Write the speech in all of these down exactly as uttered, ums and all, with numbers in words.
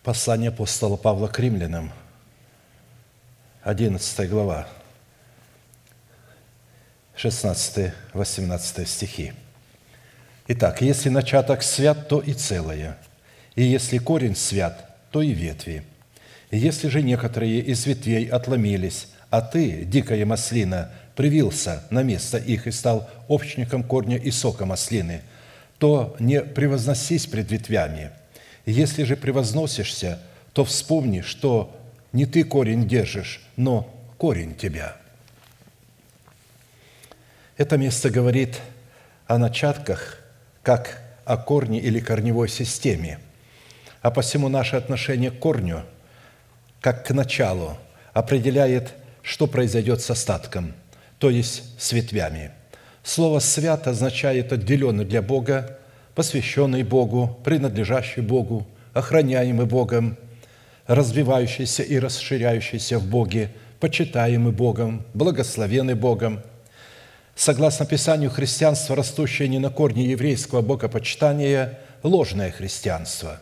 Послание апостола Павла к римлянам, одиннадцатая глава, шестнадцатый-восемнадцатый стихи. Итак, если начаток свят, то и целое, и если корень свят, то и ветви. И если же некоторые из ветвей отломились, а ты, дикая маслина, привился на место их и стал общником корня и сока маслины, то не превозносись пред ветвями. Если же превозносишься, то вспомни, что не ты корень держишь, но корень тебя. Это место говорит о начатках, как о корне или корневой системе. А посему наше отношение к корню, как к началу, определяет, что произойдет с остатком, то есть с ветвями. Слово «свят» означает «отделенный для Бога», посвященный Богу, принадлежащий Богу, охраняемый Богом, развивающийся и расширяющийся в Боге, почитаемый Богом, благословенный Богом. Согласно Писанию, христианство, растущее не на корне еврейского богопочитания, ложное христианство.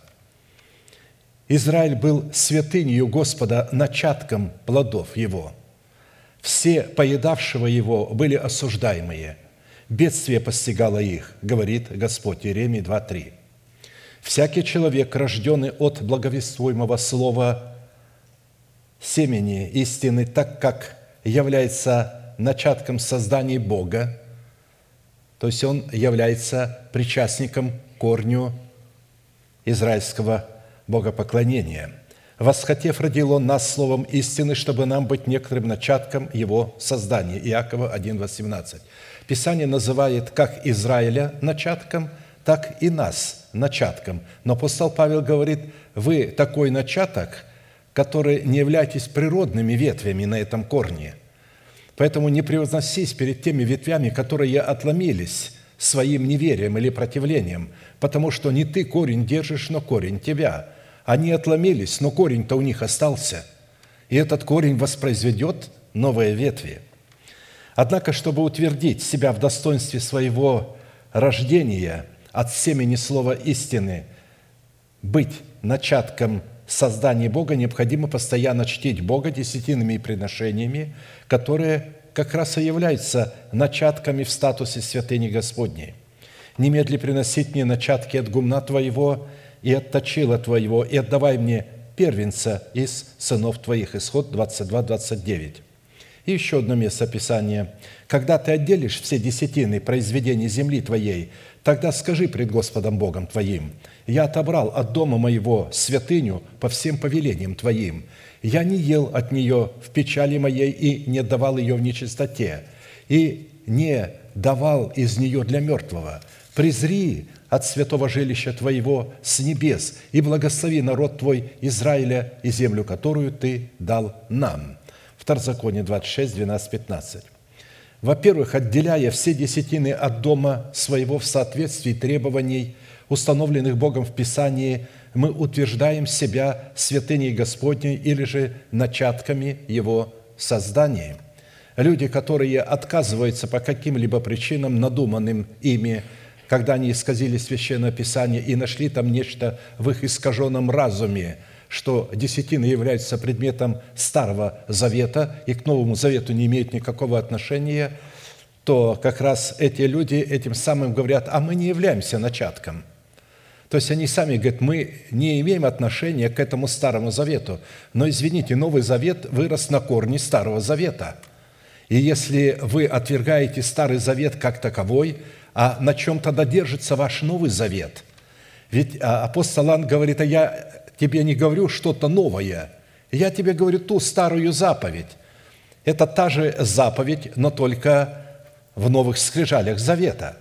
Израиль был святынью Господа, начатком плодов Его. Все, поедавшего Его, были осуждаемые. Бедствие постигало их, говорит Господь. Иеремии два три. Всякий человек, рожденный от благовествуемого слова семени истины, так как является начатком создания Бога, то есть он является причастником корню израильского богопоклонения. «Восхотев, родил он нас словом истины, чтобы нам быть некоторым начатком его создания». Иакова один восемнадцать. Писание называет как Израиля начатком, так и нас начатком. Но апостол Павел говорит, вы такой начаток, который не являетесь природными ветвями на этом корне. Поэтому не превозносись перед теми ветвями, которые отломились своим неверием или противлением, потому что не ты корень держишь, но корень тебя. Они отломились, но корень-то у них остался, и этот корень воспроизведет новые ветви. Однако, чтобы утвердить себя в достоинстве своего рождения от семени слова истины, быть начатком создания Бога, необходимо постоянно чтить Бога десятинными приношениями, которые как раз и являются начатками в статусе святыни Господней. «Немедли приносить мне начатки от гумна твоего и от точила твоего, и отдавай мне первенца из сынов твоих». Исход двадцать два двадцать девять. И еще одно место Писания. «Когда ты отделишь все десятины произведений земли твоей, тогда скажи пред Господом Богом твоим: я отобрал от дома моего святыню по всем повелениям твоим. Я не ел от нее в печали моей и не давал ее в нечистоте, и не давал из нее для мертвого. Презри от святого жилища твоего с небес и благослови народ твой Израиля и землю, которую ты дал нам». Второзаконие двадцать шесть, двенадцать, пятнадцать. Во-первых, отделяя все десятины от дома своего в соответствии требований, установленных Богом в Писании, мы утверждаем себя святыней Господней или же начатками Его создания. Люди, которые отказываются по каким-либо причинам, надуманным ими, когда они исказили Священное Писание и нашли там нечто в их искаженном разуме, что десятины являются предметом Старого Завета и к Новому Завету не имеют никакого отношения, то как раз эти люди этим самым говорят: а мы не являемся начатком. То есть они сами говорят: мы не имеем отношения к этому Старому Завету. Но, извините, Новый Завет вырос на корне Старого Завета. И если вы отвергаете Старый Завет как таковой, а на чем тогда держится ваш Новый Завет? Ведь апостол Иоанн говорит: а я тебе не говорю что-то новое, я тебе говорю ту старую заповедь. Это та же заповедь, но только в новых скрижалях Завета.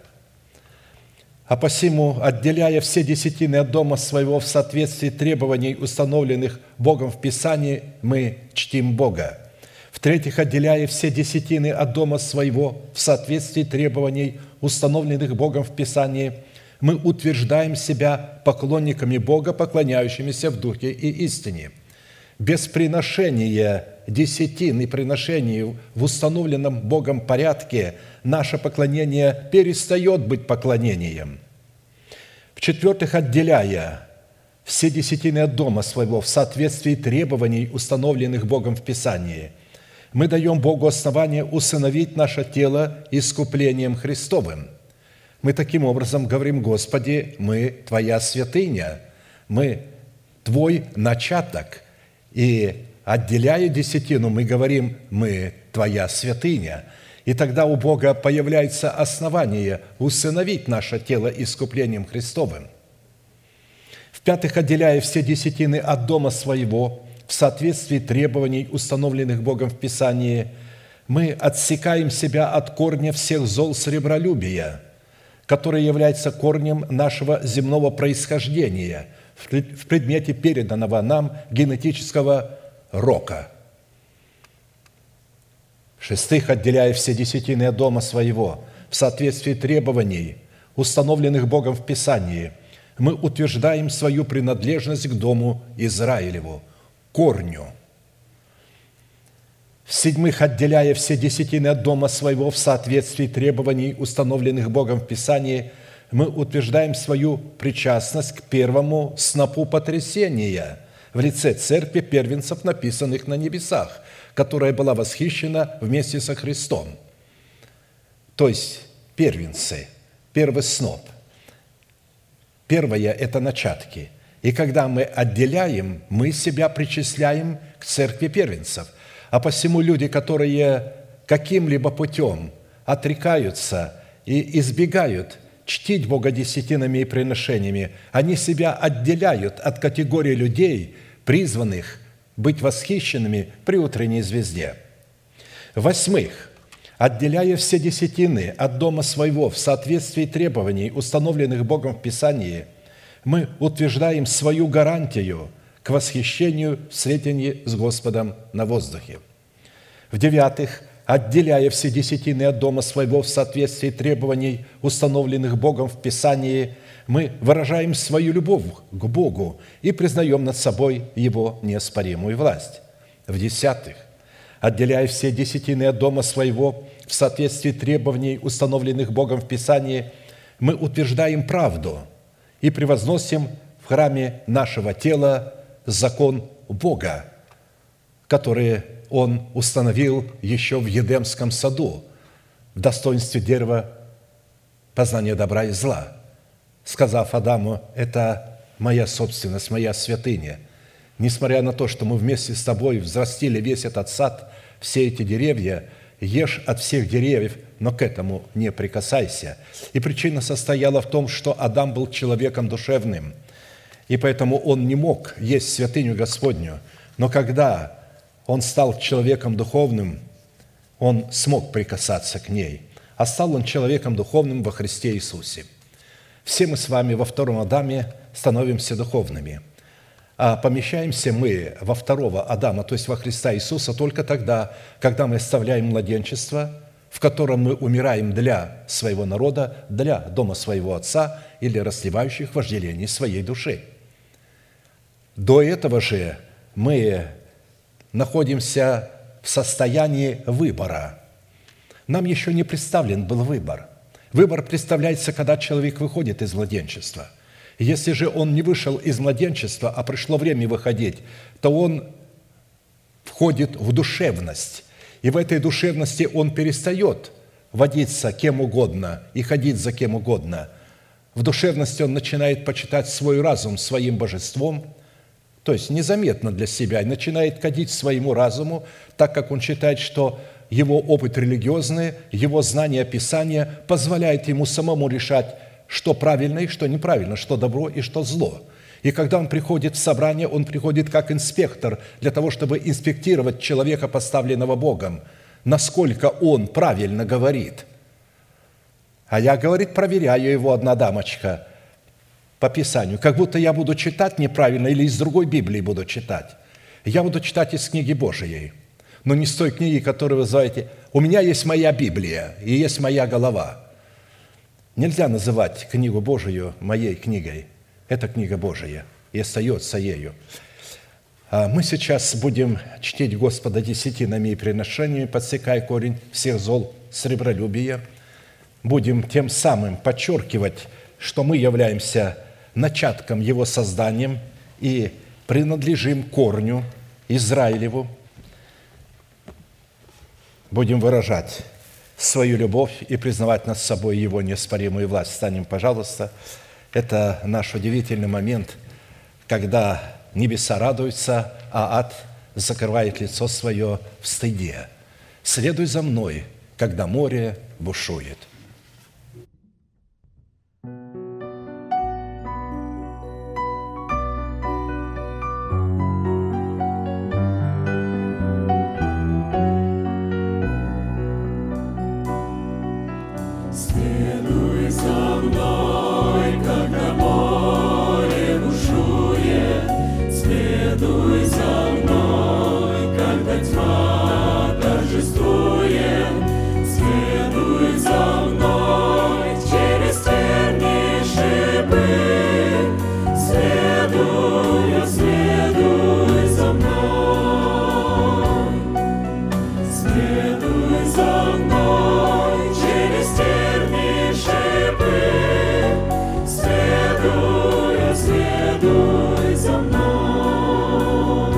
А посему, отделяя все десятины от дома своего в соответствии требований, установленных Богом в Писании, мы чтим Бога. В-третьих, отделяя все десятины от дома своего в соответствии требований, установленных Богом в Писании, мы утверждаем себя поклонниками Бога, поклоняющимися в Духе и истине. Без приношения десятин и приношений в установленном Богом порядке наше поклонение перестает быть поклонением. В-четвертых, отделяя все десятины от дома своего в соответствии требований, установленных Богом в Писании. Мы даем Богу основание усыновить наше тело искуплением Христовым. Мы таким образом говорим: Господи, мы Твоя святыня, мы Твой начаток. И отделяя десятину, мы говорим: мы Твоя святыня. И тогда у Бога появляется основание усыновить наше тело искуплением Христовым. В-пятых, отделяя все десятины от дома своего в соответствии требований, установленных Богом в Писании, мы отсекаем себя от корня всех зол сребролюбия, который является корнем нашего земного происхождения в предмете переданного нам генетического рока. В-шестых, отделяя все десятины от дома своего в соответствии требований, установленных Богом в Писании, мы утверждаем свою принадлежность к дому Израилеву, корню. В-седьмых, отделяя все десятины от дома своего в соответствии требований, установленных Богом в Писании, мы утверждаем свою причастность к первому снопу потрясения в лице церкви первенцев, написанных на небесах, которая была восхищена вместе со Христом. То есть первенцы, первый сноп. Первое – это начатки. И когда мы отделяем, мы себя причисляем к церкви первенцев. А посему люди, которые каким-либо путем отрекаются и избегают чтить Бога десятинами и приношениями, они себя отделяют от категории людей, призванных быть восхищенными при утренней звезде. Восьмых, отделяя все десятины от дома своего в соответствии требований, установленных Богом в Писании, мы утверждаем свою гарантию к восхищению в сретении с Господом на воздухе. В-девятых, отделяя все десятины от дома своего в соответствии требований, установленных Богом в Писании, мы выражаем свою любовь к Богу и признаем над собой Его неоспоримую власть. В-десятых, отделяя все десятины от дома своего в соответствии требований, установленных Богом в Писании, мы утверждаем правду и превозносим в храме нашего тела закон Бога, который Он установил еще в Едемском саду в достоинстве дерева познания добра и зла, сказав Адаму: «Это моя собственность, моя святыня». Несмотря на то, что мы вместе с тобой взрастили весь этот сад, все эти деревья, ешь от всех деревьев, но к этому не прикасайся. И причина состояла в том, что Адам был человеком душевным, и поэтому он не мог есть святыню Господню. Но когда он стал человеком духовным, он смог прикасаться к ней, а стал он человеком духовным во Христе Иисусе. Все мы с вами во втором Адаме становимся духовными, а помещаемся мы во второго Адама, то есть во Христа Иисуса, только тогда, когда мы оставляем младенчество, в котором мы умираем для своего народа, для дома своего Отца или расливающих вожделений своей души. До этого же мы находимся в состоянии выбора. Нам еще не представлен был выбор. Выбор представляется, когда человек выходит из младенчества. Если же он не вышел из младенчества, а пришло время выходить, то он входит в душевность. И в этой душевности он перестает водиться кем угодно и ходить за кем угодно. В душевности он начинает почитать свой разум своим божеством, то есть незаметно для себя, и начинает ходить своему разуму, так как он считает, что его опыт религиозный, его знание Писания позволяет ему самому решать, что правильно и что неправильно, что добро и что зло. И когда он приходит в собрание, он приходит как инспектор для того, чтобы инспектировать человека, поставленного Богом, насколько он правильно говорит. А я, говорит, проверяю его, одна дамочка, по Писанию, как будто я буду читать неправильно или из другой Библии буду читать. Я буду читать из книги Божией, но не с той книги, которую вы называете «У меня есть моя Библия и есть моя голова». Нельзя называть книгу Божию моей книгой. Это книга Божия и остается ею. Мы сейчас будем чтить Господа десятинами и приношениями, подсекая корень всех зол сребролюбия. Будем тем самым подчеркивать, что мы являемся начатком Его созданием и принадлежим корню Израилеву, будем выражать свою любовь и признавать над собой Его неоспоримую власть. Встанем, пожалуйста. Это наш удивительный момент, когда небеса радуются, а ад закрывает лицо свое в стыде. Следуй за мной, когда море бушует. Следуй за мной, когда море бушует. Следуй за мной, когда тьма торжествует. Следуй за мной через тернии шипы. Следуй, следуй за мной. Следуй за мной через тернии шипы. Следуй, следуй за мной.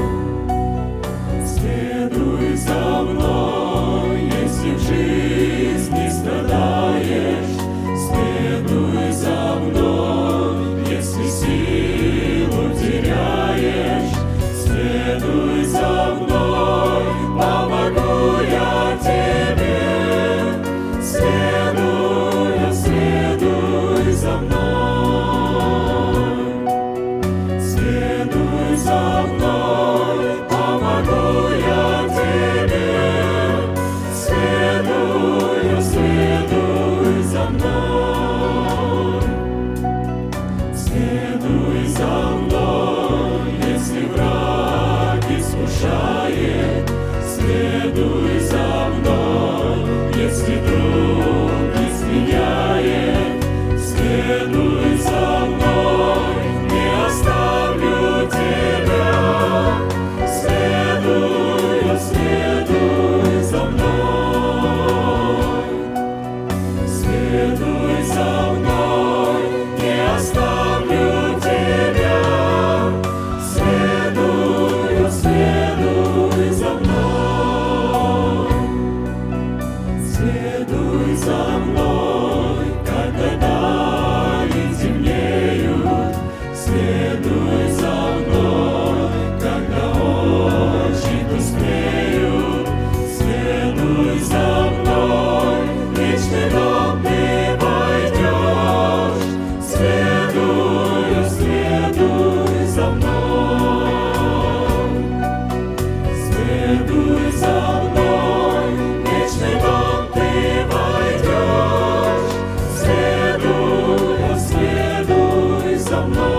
Следуй за мной, если в жизни страдаешь. Следуй за мной, если силу теряешь. Следуй за мной, помогу я тебе. Следуй, следуй за мной. Следуй за мной, помогу я тебе. Следуй, следуй за мной. Следуй за мной, если враг искушает. Следуй за мной, если друг изменяет. Следуй за мной, не оставлю тебя. Следуй, следуй за мной. Следуй за мной, не оставлю тебя. Следуй, следуй за мной. Следуй за мной, когда дали темнеют. Следуй за мной, когда очи тускнеют. Следуй за мной, в вечный дом ты войдешь. Следуй, следуй за мной. Следуй за мной, в вечный дом ты войдешь. Следуй, следуй за мной.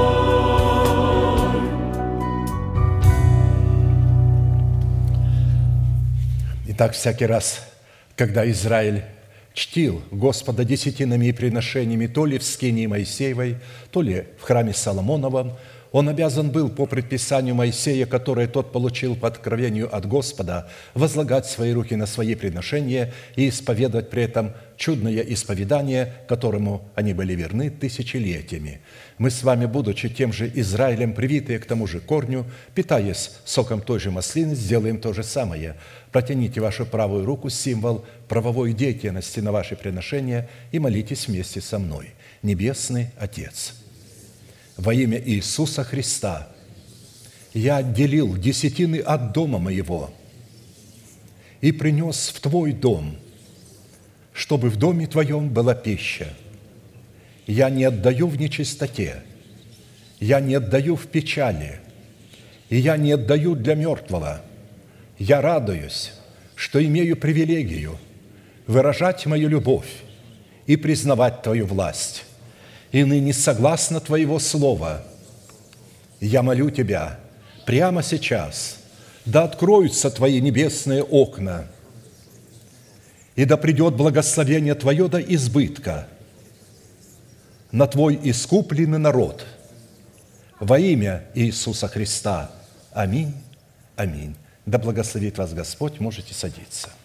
Итак, всякий раз, когда Израиль чтил Господа десятинами и приношениями то ли в скинии Моисеевой, то ли в храме Соломоновом, он обязан был по предписанию Моисея, которое тот получил по откровению от Господа, возлагать свои руки на свои приношения и исповедовать при этом чудное исповедание, которому они были верны тысячелетиями. Мы с вами, будучи тем же Израилем, привитые к тому же корню, питаясь соком той же маслины, сделаем то же самое. Протяните вашу правую руку, символ правовой деятельности на ваши приношения, и молитесь вместе со мной. Небесный Отец, во имя Иисуса Христа я отделил десятины от дома моего и принес в Твой дом, чтобы в доме Твоем была пища. Я не отдаю в нечистоте, я не отдаю в печали, и я не отдаю для мертвого. Я радуюсь, что имею привилегию выражать мою любовь и признавать Твою власть. И ныне, согласно Твоего слова, я молю Тебя прямо сейчас, да откроются Твои небесные окна, и да придет благословение Твое до избытка на Твой искупленный народ во имя Иисуса Христа. Аминь. Аминь. Да благословит вас Господь. Можете садиться.